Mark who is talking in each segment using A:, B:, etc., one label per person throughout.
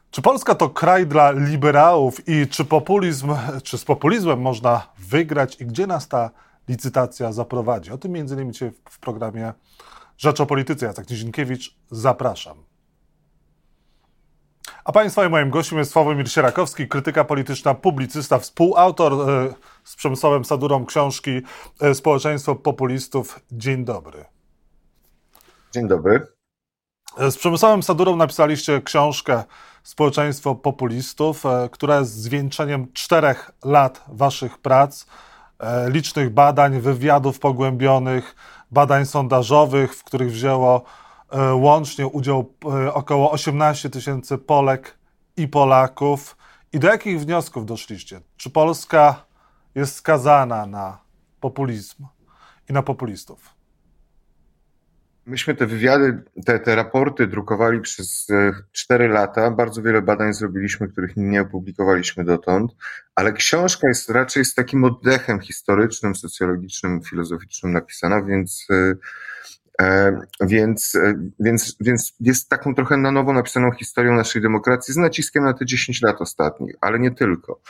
A: Czy Polska to kraj dla liberałów i czy z populizmem można wygrać i gdzie nas ta licytacja zaprowadzi? O tym między innymi dzisiaj w programie Rzecz o Polityce. Jacek Nizinkiewicz, zapraszam. A Państwa i moim gościem jest Sławomir Sierakowski, krytyka polityczna, publicysta, współautor z Przemysławem Sadurą książki Społeczeństwo populistów. Dzień dobry.
B: Dzień dobry.
A: Z Przemysławem Sadurą napisaliście książkę Społeczeństwo populistów, która jest zwieńczeniem 4 lat waszych prac, licznych badań, wywiadów pogłębionych, badań sondażowych, w których wzięło łącznie udział około 18 000 Polek i Polaków. I do jakich wniosków doszliście? Czy Polska jest skazana na populizm i na populistów?
B: Myśmy te wywiady, te raporty drukowali przez 4 lata. Bardzo wiele badań zrobiliśmy, których nie opublikowaliśmy dotąd, ale książka jest raczej z takim oddechem historycznym, socjologicznym, filozoficznym napisana, więc jest taką trochę na nowo napisaną historią naszej demokracji z naciskiem na te 10 lat ostatnich, ale nie tylko.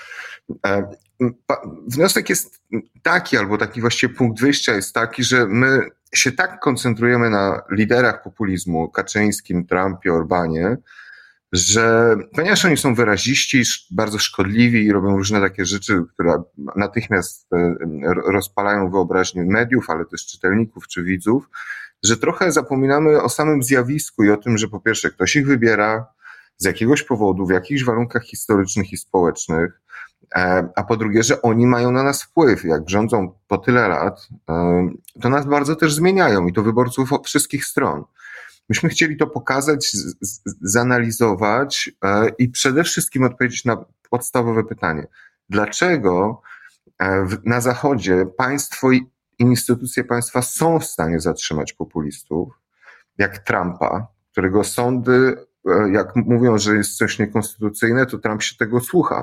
B: Wniosek jest taki, albo taki właściwie punkt wyjścia jest taki, że my się tak koncentrujemy na liderach populizmu, Kaczyńskim, Trumpie, Orbanie, że ponieważ oni są wyraziści, bardzo szkodliwi i robią różne takie rzeczy, które natychmiast rozpalają wyobraźnię mediów, ale też czytelników czy widzów, że trochę zapominamy o samym zjawisku i o tym, że po pierwsze ktoś ich wybiera z jakiegoś powodu, w jakichś warunkach historycznych i społecznych, a po drugie, że oni mają na nas wpływ. Jak rządzą po tyle lat, to nas bardzo też zmieniają i to wyborców od wszystkich stron. Myśmy chcieli to pokazać, zanalizować i przede wszystkim odpowiedzieć na podstawowe pytanie. Dlaczego na Zachodzie państwo i instytucje państwa są w stanie zatrzymać populistów, jak Trumpa, którego sądy, jak mówią, że jest coś niekonstytucyjne, to Trump się tego słucha.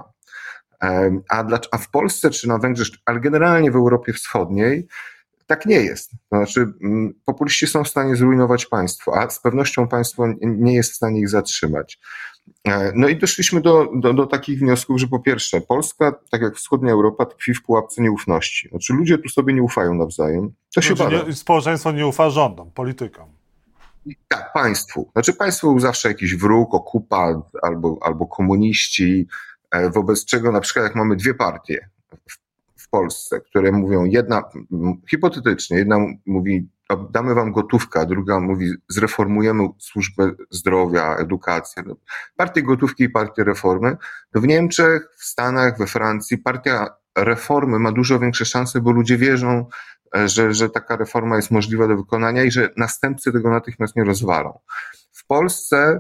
B: A w Polsce czy na Węgrzech, ale generalnie w Europie Wschodniej tak nie jest. To znaczy populiści są w stanie zrujnować państwo, a z pewnością państwo nie jest w stanie ich zatrzymać. No i doszliśmy do takich wniosków, że po pierwsze Polska, tak jak wschodnia Europa, tkwi w pułapce nieufności. Znaczy ludzie tu sobie nie ufają nawzajem. To się bada.
A: Społeczeństwo nie ufa rządom, politykom.
B: Tak, państwu. Znaczy państwo był zawsze jakiś wróg, okupant albo komuniści, wobec czego na przykład jak mamy 2 partie w Polsce, które mówią, hipotetycznie, jedna mówi damy wam gotówkę, a druga mówi zreformujemy służbę zdrowia, edukację. Partie gotówki i partie reformy. To w Niemczech, w Stanach, we Francji partia reformy ma dużo większe szanse, bo ludzie wierzą, że taka reforma jest możliwa do wykonania i że następcy tego natychmiast nie rozwalą. W Polsce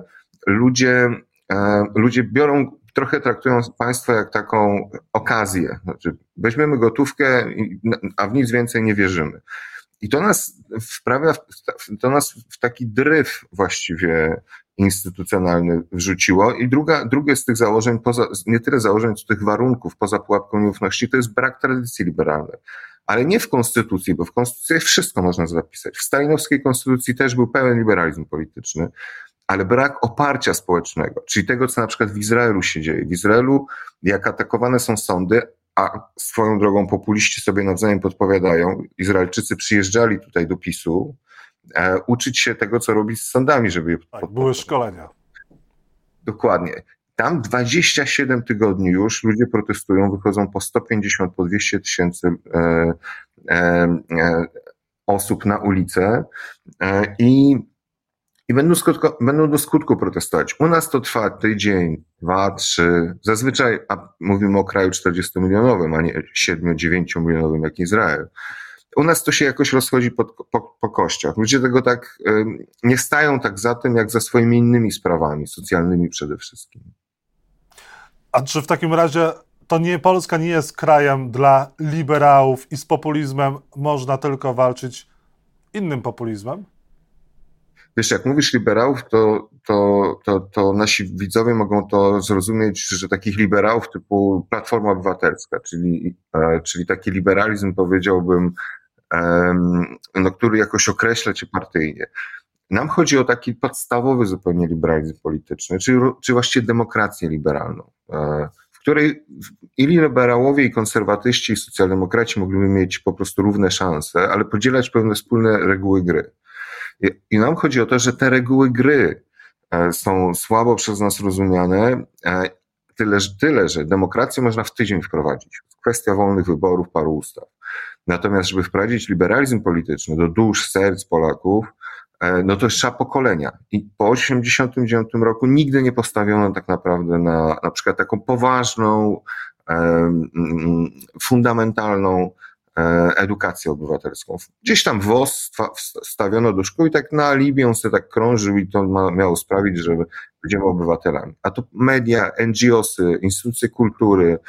B: ludzie biorą, trochę traktują państwo jak taką okazję. Znaczy, weźmiemy gotówkę, a w nic więcej nie wierzymy. I to nas wprawia, w taki dryf właściwie instytucjonalny wrzuciło. I drugie z tych założeń, nie tyle założeń, co tych warunków poza pułapką nieufności, to jest brak tradycji liberalnej. Ale nie w konstytucji, bo w konstytucji wszystko można zapisać. W stalinowskiej konstytucji też był pełen liberalizm polityczny, ale brak oparcia społecznego, czyli tego, co na przykład w Izraelu się dzieje. W Izraelu, jak atakowane są sądy, a swoją drogą populiści sobie nawzajem podpowiadają, Izraelczycy przyjeżdżali tutaj do PiS-u, uczyć się tego, co robić z sądami, żeby je
A: tak, były szkolenia.
B: Dokładnie. Tam 27 tygodni już ludzie protestują, wychodzą po 150, po 200 tysięcy osób na ulicę i będą do skutku protestować. U nas to trwa tydzień, 2, 3. Zazwyczaj, a mówimy o kraju 40-milionowym, a nie 7-9 milionowym jak Izrael. U nas to się jakoś rozchodzi po kościach. Ludzie tego tak nie stają tak za tym, jak za swoimi innymi sprawami, socjalnymi przede wszystkim.
A: A czy w takim razie Polska nie jest krajem dla liberałów i z populizmem można tylko walczyć innym populizmem?
B: Wiesz, jak mówisz liberałów, to nasi widzowie mogą to zrozumieć, że takich liberałów typu Platforma Obywatelska, czyli taki liberalizm, powiedziałbym, który jakoś określa cię partyjnie. Nam chodzi o taki podstawowy zupełnie liberalizm polityczny, czy właściwie demokrację liberalną, w której i liberałowie, i konserwatyści, i socjaldemokraci mogliby mieć po prostu równe szanse, ale podzielać pewne wspólne reguły gry. I nam chodzi o to, że te reguły gry są słabo przez nas rozumiane, tyle, że demokrację można w tydzień wprowadzić. Kwestia wolnych wyborów, paru ustaw. Natomiast, żeby wprowadzić liberalizm polityczny do dusz, serc Polaków, no to trzeba pokolenia. I po 1989 roku nigdy nie postawiono tak naprawdę na przykład taką poważną, fundamentalną edukację obywatelską. Gdzieś tam WOS stawiono do szkół i tak na alibi on sobie tak krążył i to miało sprawić, że będziemy obywatelami. A to media, NGOsy, instytucje kultury,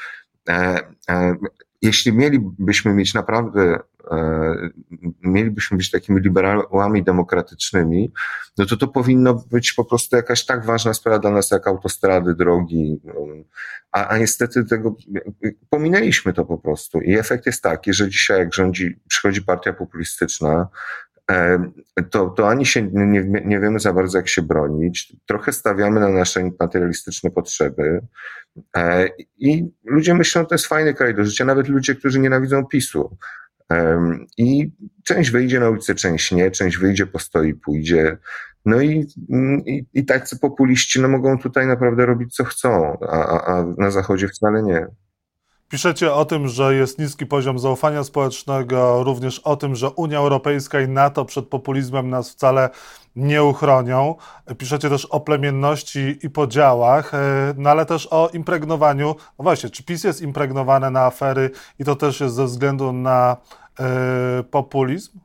B: jeśli mielibyśmy mieć naprawdę, mielibyśmy być takimi liberałami demokratycznymi, no to powinno być po prostu jakaś tak ważna sprawa dla nas jak autostrady, drogi, a niestety tego pominęliśmy to po prostu i efekt jest taki, że dzisiaj jak przychodzi partia populistyczna, to ani się nie wiemy za bardzo jak się bronić, trochę stawiamy na nasze materialistyczne potrzeby i ludzie myślą, że to jest fajny kraj do życia, nawet ludzie, którzy nienawidzą PiS-u. I część wyjdzie na ulicę, część nie, część wyjdzie, postoi, pójdzie. No i tacy populiści no mogą tutaj naprawdę robić co chcą, a na Zachodzie wcale nie.
A: Piszecie o tym, że jest niski poziom zaufania społecznego, również o tym, że Unia Europejska i NATO przed populizmem nas wcale nie uchronią. Piszecie też o plemienności i podziałach, no ale też o impregnowaniu. No właśnie, czy PiS jest impregnowane na afery i to też jest ze względu na populizm?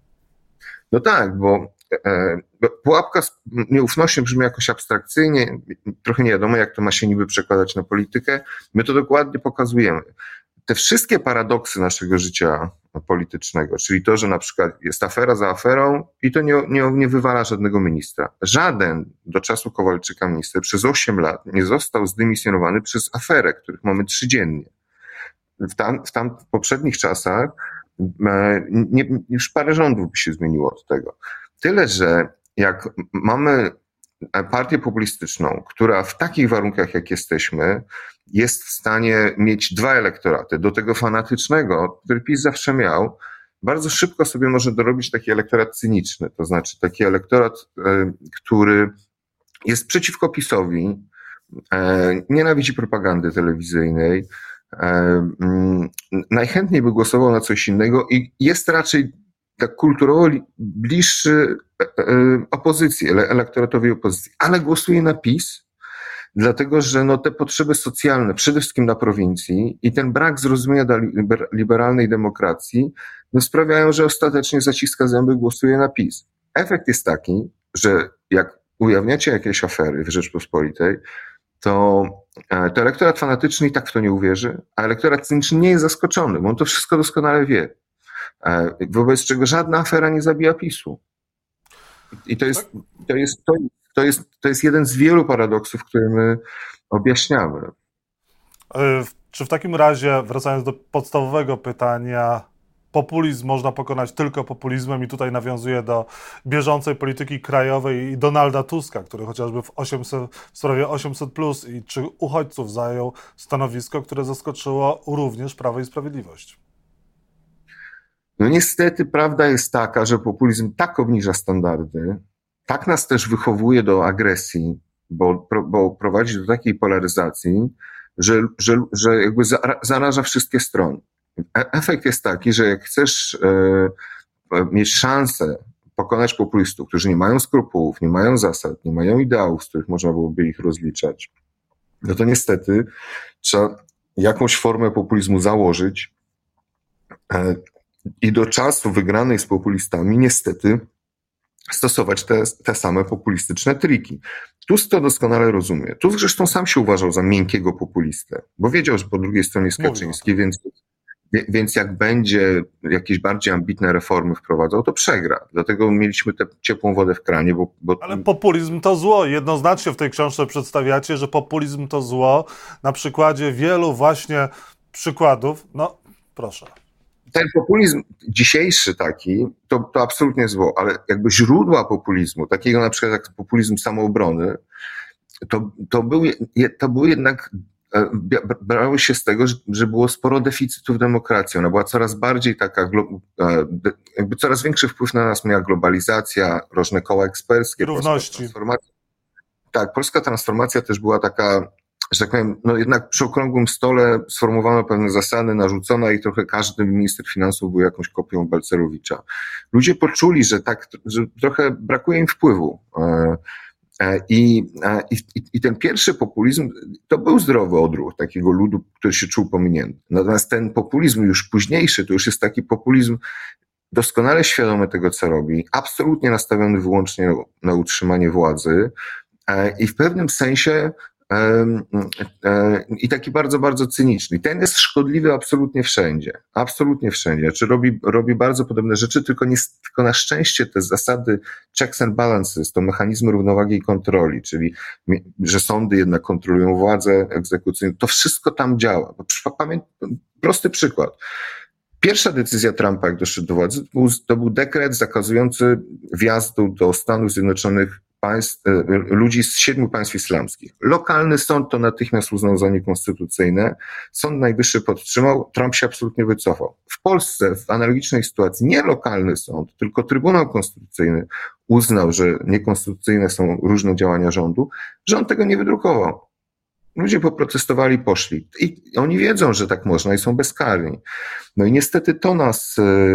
B: No tak, bo pułapka z nieufnością brzmi jakoś abstrakcyjnie, trochę nie wiadomo, jak to ma się niby przekładać na politykę. My to dokładnie pokazujemy. Te wszystkie paradoksy naszego życia politycznego, czyli to, że na przykład jest afera za aferą i to nie wywala żadnego ministra. Żaden do czasu Kowalczyka minister przez 8 lat nie został zdymisjonowany przez aferę, których mamy 3 dziennie. W poprzednich czasach już parę rządów by się zmieniło od tego. Tyle, że jak mamy partię populistyczną, która w takich warunkach, jak jesteśmy, jest w stanie mieć 2 elektoraty, do tego fanatycznego, który PiS zawsze miał, bardzo szybko sobie może dorobić taki elektorat cyniczny, to znaczy taki elektorat, który jest przeciwko PiS-owi, nienawidzi propagandy telewizyjnej, najchętniej by głosował na coś innego i jest raczej tak kulturowo bliższy opozycji, elektoratowi opozycji, ale głosuje na PiS, dlatego że no, te potrzeby socjalne, przede wszystkim na prowincji i ten brak zrozumienia dla liberalnej demokracji no, sprawiają, że ostatecznie zaciska zęby, głosuje na PiS. Efekt jest taki, że jak ujawniacie jakieś afery w Rzeczpospolitej, to elektorat fanatyczny i tak w to nie uwierzy, a elektorat cyniczny nie jest zaskoczony, bo on to wszystko doskonale wie. Wobec czego żadna afera nie zabija PiS-u. I to jest jeden z wielu paradoksów, które my objaśniamy.
A: Czy w takim razie, wracając do podstawowego pytania, populizm można pokonać tylko populizmem i tutaj nawiązuje do bieżącej polityki krajowej i Donalda Tuska, który chociażby w sprawie 800+ i czy uchodźców zajął stanowisko, które zaskoczyło również Prawo i Sprawiedliwość?
B: No niestety prawda jest taka, że populizm tak obniża standardy, tak nas też wychowuje do agresji, bo prowadzi do takiej polaryzacji, że jakby zaraża wszystkie strony. Efekt jest taki, że jak chcesz mieć szansę pokonać populistów, którzy nie mają skrupułów, nie mają zasad, nie mają ideałów, z których można byłoby ich rozliczać, no to niestety trzeba jakąś formę populizmu założyć i do czasu wygranej z populistami niestety stosować te same populistyczne triki. Tusk to doskonale rozumie. Tusk zresztą sam się uważał za miękkiego populistę, bo wiedział, że po drugiej stronie jest Kaczyński, więc jak będzie jakieś bardziej ambitne reformy wprowadzał, to przegra. Dlatego mieliśmy tę ciepłą wodę w kranie.
A: Ale populizm to zło. Jednoznacznie w tej książce przedstawiacie, że populizm to zło. Na przykładzie wielu właśnie przykładów. No, proszę.
B: ten populizm dzisiejszy taki, to absolutnie zło, ale jakby źródła populizmu, takiego na przykład jak populizm samoobrony, to był jednak, brały się z tego, że było sporo deficytów demokracji. Ona była coraz bardziej taka, jakby coraz większy wpływ na nas miała globalizacja, różne koła eksperckie.
A: Równości.
B: Tak, polska transformacja też była taka, że tak powiem, no jednak przy okrągłym stole sformułowano pewne zasady, narzucono i trochę każdy minister finansów był jakąś kopią Balcerowicza. Ludzie poczuli, że trochę brakuje im wpływu. I ten pierwszy populizm to był zdrowy odruch takiego ludu, który się czuł pominięty. Natomiast ten populizm już późniejszy to już jest taki populizm doskonale świadomy tego, co robi, absolutnie nastawiony wyłącznie na utrzymanie władzy i w pewnym sensie i taki bardzo, bardzo cyniczny. Ten jest szkodliwy absolutnie wszędzie. Absolutnie wszędzie. Znaczy robi bardzo podobne rzeczy, tylko na szczęście te zasady checks and balances, to mechanizmy równowagi i kontroli, czyli że sądy jednak kontrolują władzę egzekucyjną, to wszystko tam działa. Prosty przykład. Pierwsza decyzja Trumpa, jak doszedł do władzy, to był dekret zakazujący wjazdu do Stanów Zjednoczonych ludzi z 7 państw islamskich. Lokalny sąd to natychmiast uznał za niekonstytucyjne. Sąd Najwyższy podtrzymał, Trump się absolutnie wycofał. W Polsce w analogicznej sytuacji nie lokalny sąd, tylko Trybunał Konstytucyjny uznał, że niekonstytucyjne są różne działania rządu. Rząd tego nie wydrukował. Ludzie poprotestowali, poszli. I oni wiedzą, że tak można i są bezkarni. No i niestety to nas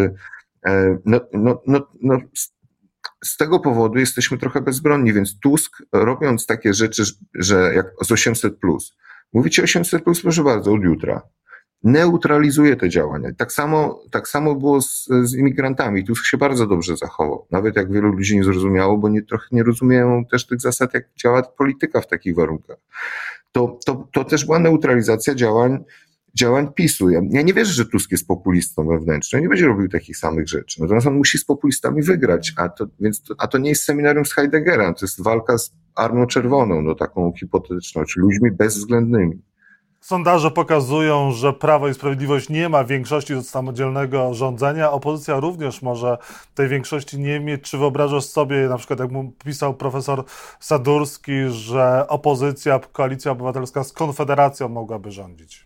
B: z tego powodu jesteśmy trochę bezbronni, więc Tusk, robiąc takie rzeczy, że jak z 800+, mówicie 800+, proszę bardzo, od jutra, neutralizuje te działania. Tak samo było z imigrantami. Tusk się bardzo dobrze zachował. Nawet jak wielu ludzi nie zrozumiało, bo trochę nie rozumieją też tych zasad, jak działa polityka w takich warunkach. To też była neutralizacja działań PiS-u. Ja nie wierzę, że Tusk jest populistą wewnętrznym, nie będzie robił takich samych rzeczy. Natomiast on musi z populistami wygrać, a to nie jest seminarium z Heideggera, to jest walka z Armią Czerwoną, no taką hipotetyczną, czy ludźmi bezwzględnymi.
A: Sondaże pokazują, że Prawo i Sprawiedliwość nie ma większości do samodzielnego rządzenia. Opozycja również może tej większości nie mieć. Czy wyobrażasz sobie, na przykład jak mu pisał profesor Sadurski, że opozycja, Koalicja Obywatelska z Konfederacją mogłaby rządzić?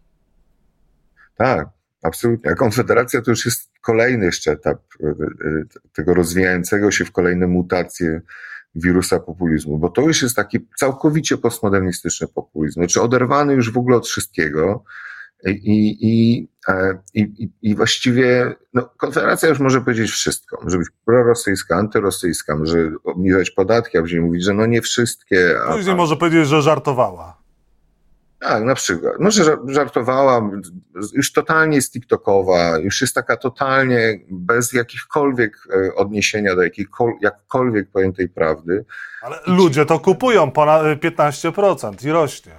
B: Tak, absolutnie. A Konfederacja to już jest kolejny jeszcze etap tego rozwijającego się w kolejne mutacje wirusa populizmu, bo to już jest taki całkowicie postmodernistyczny populizm, znaczy oderwany już w ogóle od wszystkiego i właściwie Konfederacja już może powiedzieć wszystko. Może być prorosyjska, antyrosyjska, może obniżać podatki, a później mówić, że nie wszystkie.
A: Później może powiedzieć, że żartowała.
B: Tak, na przykład. Może żartowała, już totalnie jest tiktokowa, już jest taka totalnie bez jakichkolwiek odniesienia do jakkolwiek pojętej prawdy.
A: Ale ludzie to kupują, ponad 15% i rośnie.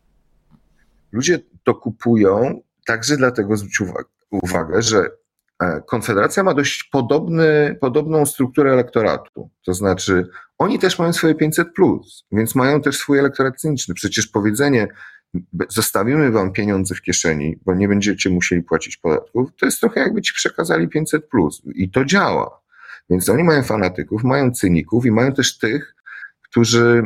B: Ludzie to kupują także dlatego, zwróć uwagę, że Konfederacja ma dość podobną strukturę elektoratu. To znaczy, oni też mają swoje 500+, więc mają też swój elektorat cyniczny. Przecież powiedzenie, zostawimy wam pieniądze w kieszeni, bo nie będziecie musieli płacić podatków, to jest trochę jakby ci przekazali 500+. I to działa. Więc oni mają fanatyków, mają cyników i mają też tych, którzy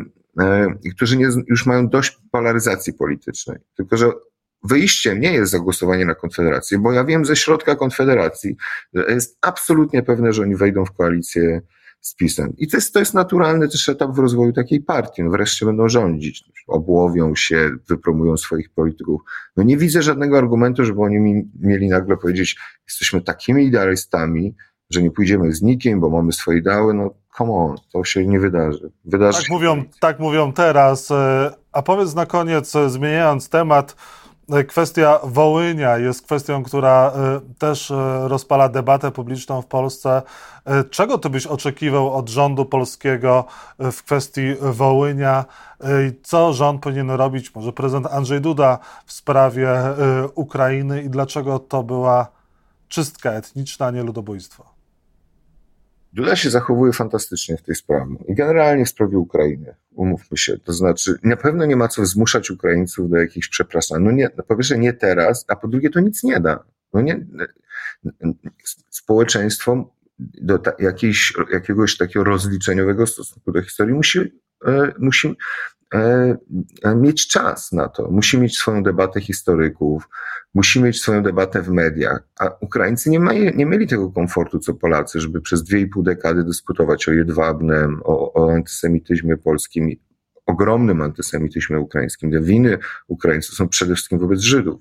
B: już mają dość polaryzacji politycznej. Tylko że wyjściem nie jest zagłosowanie na Konfederację, bo ja wiem ze środka Konfederacji, że jest absolutnie pewne, że oni wejdą w koalicję z PiS-em. I to jest naturalny też etap w rozwoju takiej partii. Wreszcie będą rządzić, obłowią się, wypromują swoich polityków. Nie widzę żadnego argumentu, żeby oni mieli nagle powiedzieć, jesteśmy takimi idealistami, że nie pójdziemy z nikim, bo mamy swoje ideały. Come on, to się nie wydarzy.
A: Tak mówią teraz. A powiedz na koniec, zmieniając temat, kwestia Wołynia jest kwestią, która też rozpala debatę publiczną w Polsce. Czego ty byś oczekiwał od rządu polskiego w kwestii Wołynia? Co rząd powinien robić, może prezydent Andrzej Duda, w sprawie Ukrainy i dlaczego to była czystka etniczna, a nie ludobójstwo?
B: Duda się zachowuje fantastycznie w tej sprawie i generalnie w sprawie Ukrainy, umówmy się, to znaczy na pewno nie ma co zmuszać Ukraińców do jakichś przepracowań. Po pierwsze nie teraz, a po drugie to nic nie da. No nie, społeczeństwo do jakiegoś takiego rozliczeniowego stosunku do historii musi mieć czas na to. Musi mieć swoją debatę historyków, musi mieć swoją debatę w mediach. A Ukraińcy nie mieli tego komfortu, co Polacy, żeby przez 2,5 dekady dyskutować o Jedwabnem, o antysemityzmie polskim, ogromnym antysemityzmie ukraińskim. Te winy Ukraińców są przede wszystkim wobec Żydów.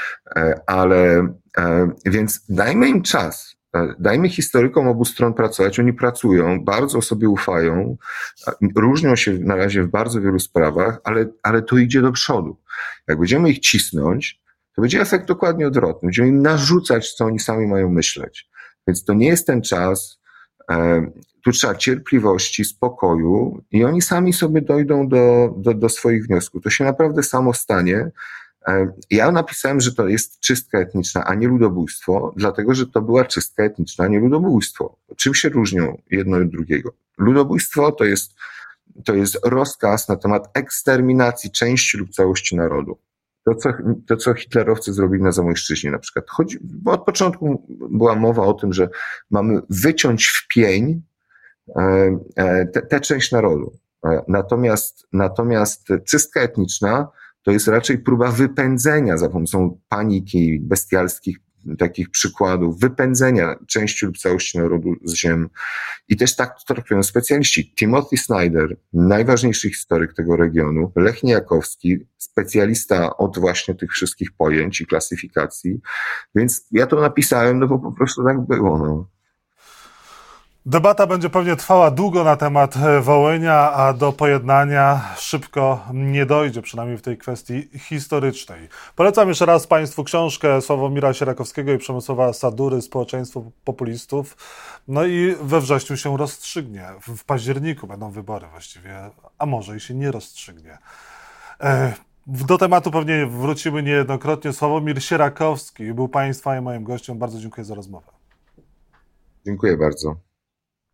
B: Więc dajmy im czas. Dajmy historykom obu stron pracować. Oni pracują, bardzo sobie ufają, różnią się na razie w bardzo wielu sprawach, ale to idzie do przodu. Jak będziemy ich cisnąć, to będzie efekt dokładnie odwrotny. Będziemy im narzucać, co oni sami mają myśleć. Więc to nie jest ten czas. Tu trzeba cierpliwości, spokoju i oni sami sobie dojdą do swoich wniosków. To się naprawdę samo stanie. Ja napisałem, że to jest czystka etniczna, a nie ludobójstwo, dlatego że to była czystka etniczna, a nie ludobójstwo. Czym się różnią jedno od drugiego? Ludobójstwo to jest rozkaz na temat eksterminacji części lub całości narodu. To, co hitlerowcy zrobili na Zamojszczyźnie na przykład. Bo od początku była mowa o tym, że mamy wyciąć w pień tę część narodu. Natomiast czystka etniczna to jest raczej próba wypędzenia za pomocą paniki, bestialskich takich przykładów, wypędzenia części lub całości narodu z ziem. I też tak to traktują specjaliści. Timothy Snyder, najważniejszy historyk tego regionu, Lech Niejakowski, specjalista od właśnie tych wszystkich pojęć i klasyfikacji. Więc ja to napisałem, no bo po prostu tak było. No.
A: Debata będzie pewnie trwała długo na temat Wołynia, a do pojednania szybko nie dojdzie, przynajmniej w tej kwestii historycznej. Polecam jeszcze raz Państwu książkę Sławomira Sierakowskiego i Przemysława Sadury "Społeczeństwo populistów". No i we wrześniu się rozstrzygnie. W październiku będą wybory właściwie, a może i się nie rozstrzygnie. Do tematu pewnie wrócimy niejednokrotnie. Sławomir Sierakowski był Państwa i moim gościem. Bardzo dziękuję za rozmowę.
B: Dziękuję bardzo.